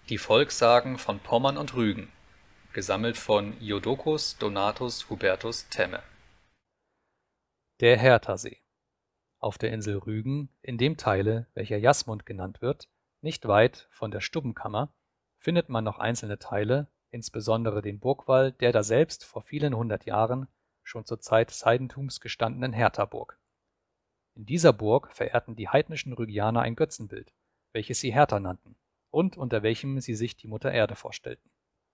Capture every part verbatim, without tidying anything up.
Die Volkssagen von Pommern und Rügen, gesammelt von Iodocus Donatus Hubertus Temme. Der Herthasee. Auf der Insel Rügen, in dem Teile, welcher Jasmund genannt wird, nicht weit von der Stubbenkammer, findet man noch einzelne Teile, insbesondere den Burgwall der daselbst vor vielen hundert Jahren schon zur Zeit des Heidentums gestandenen Herthaburg. In dieser Burg verehrten die heidnischen Rügianer ein Götzenbild, welches sie Hertha nannten und unter welchem sie sich die Mutter Erde vorstellten.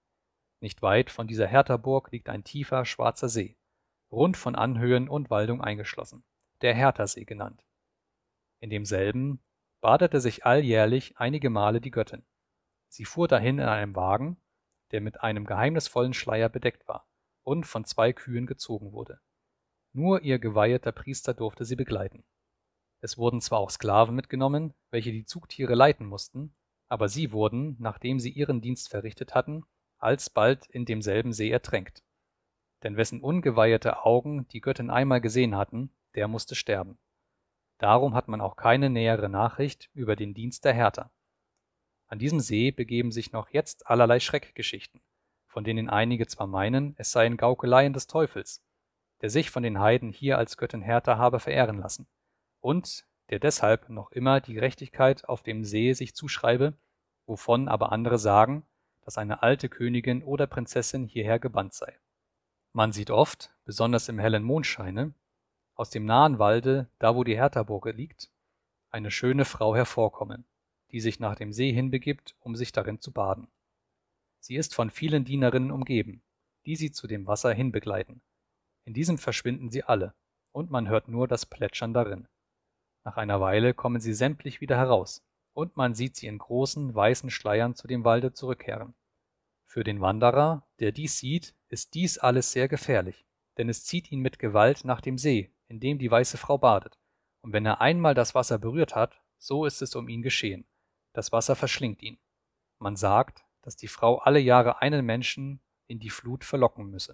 Nicht weit von dieser Herthaburg liegt ein tiefer, schwarzer See, rund von Anhöhen und Waldung eingeschlossen, der Herthasee genannt. In demselben badete sich alljährlich einige Male die Göttin. Sie fuhr dahin in einem Wagen, der mit einem geheimnisvollen Schleier bedeckt war und von zwei Kühen gezogen wurde. Nur ihr geweiheter Priester durfte sie begleiten. Es wurden zwar auch Sklaven mitgenommen, welche die Zugtiere leiten mussten, aber sie wurden, nachdem sie ihren Dienst verrichtet hatten, alsbald in demselben See ertränkt. Denn wessen ungeweihete Augen die Göttin einmal gesehen hatten, der musste sterben. Darum hat man auch keine nähere Nachricht über den Dienst der Hertha. An diesem See begeben sich noch jetzt allerlei Schreckgeschichten, von denen einige zwar meinen, es seien Gaukeleien des Teufels, der sich von den Heiden hier als Göttin Hertha habe verehren lassen, und der deshalb noch immer die Gerechtigkeit auf dem See sich zuschreibe, wovon aber andere sagen, dass eine alte Königin oder Prinzessin hierher gebannt sei. Man sieht oft, besonders im hellen Mondscheine, aus dem nahen Walde, da wo die Herthaburg liegt, eine schöne Frau hervorkommen, die sich nach dem See hinbegibt, um sich darin zu baden. Sie ist von vielen Dienerinnen umgeben, die sie zu dem Wasser hinbegleiten. In diesem verschwinden sie alle, und man hört nur das Plätschern darin. Nach einer Weile kommen sie sämtlich wieder heraus, und man sieht sie in großen, weißen Schleiern zu dem Walde zurückkehren. Für den Wanderer, der dies sieht, ist dies alles sehr gefährlich, denn es zieht ihn mit Gewalt nach dem See, in dem die weiße Frau badet, und wenn er einmal das Wasser berührt hat, so ist es um ihn geschehen. Das Wasser verschlingt ihn. Man sagt, dass die Frau alle Jahre einen Menschen in die Flut verlocken müsse.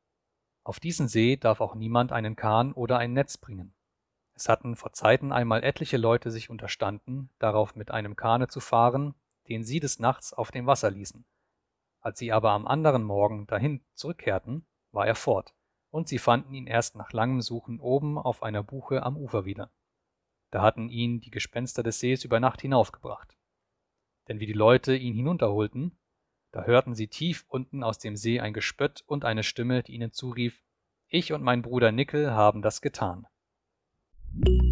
Auf diesen See darf auch niemand einen Kahn oder ein Netz bringen. Es hatten vor Zeiten einmal etliche Leute sich unterstanden, darauf mit einem Kahne zu fahren, den sie des Nachts auf dem Wasser ließen. Als sie aber am anderen Morgen dahin zurückkehrten, war er fort, und sie fanden ihn erst nach langem Suchen oben auf einer Buche am Ufer wieder. Da hatten ihn die Gespenster des Sees über Nacht hinaufgebracht. Denn wie die Leute ihn hinunterholten, da hörten sie tief unten aus dem See ein Gespött und eine Stimme, die ihnen zurief: »Ich und mein Bruder Nickel haben das getan.«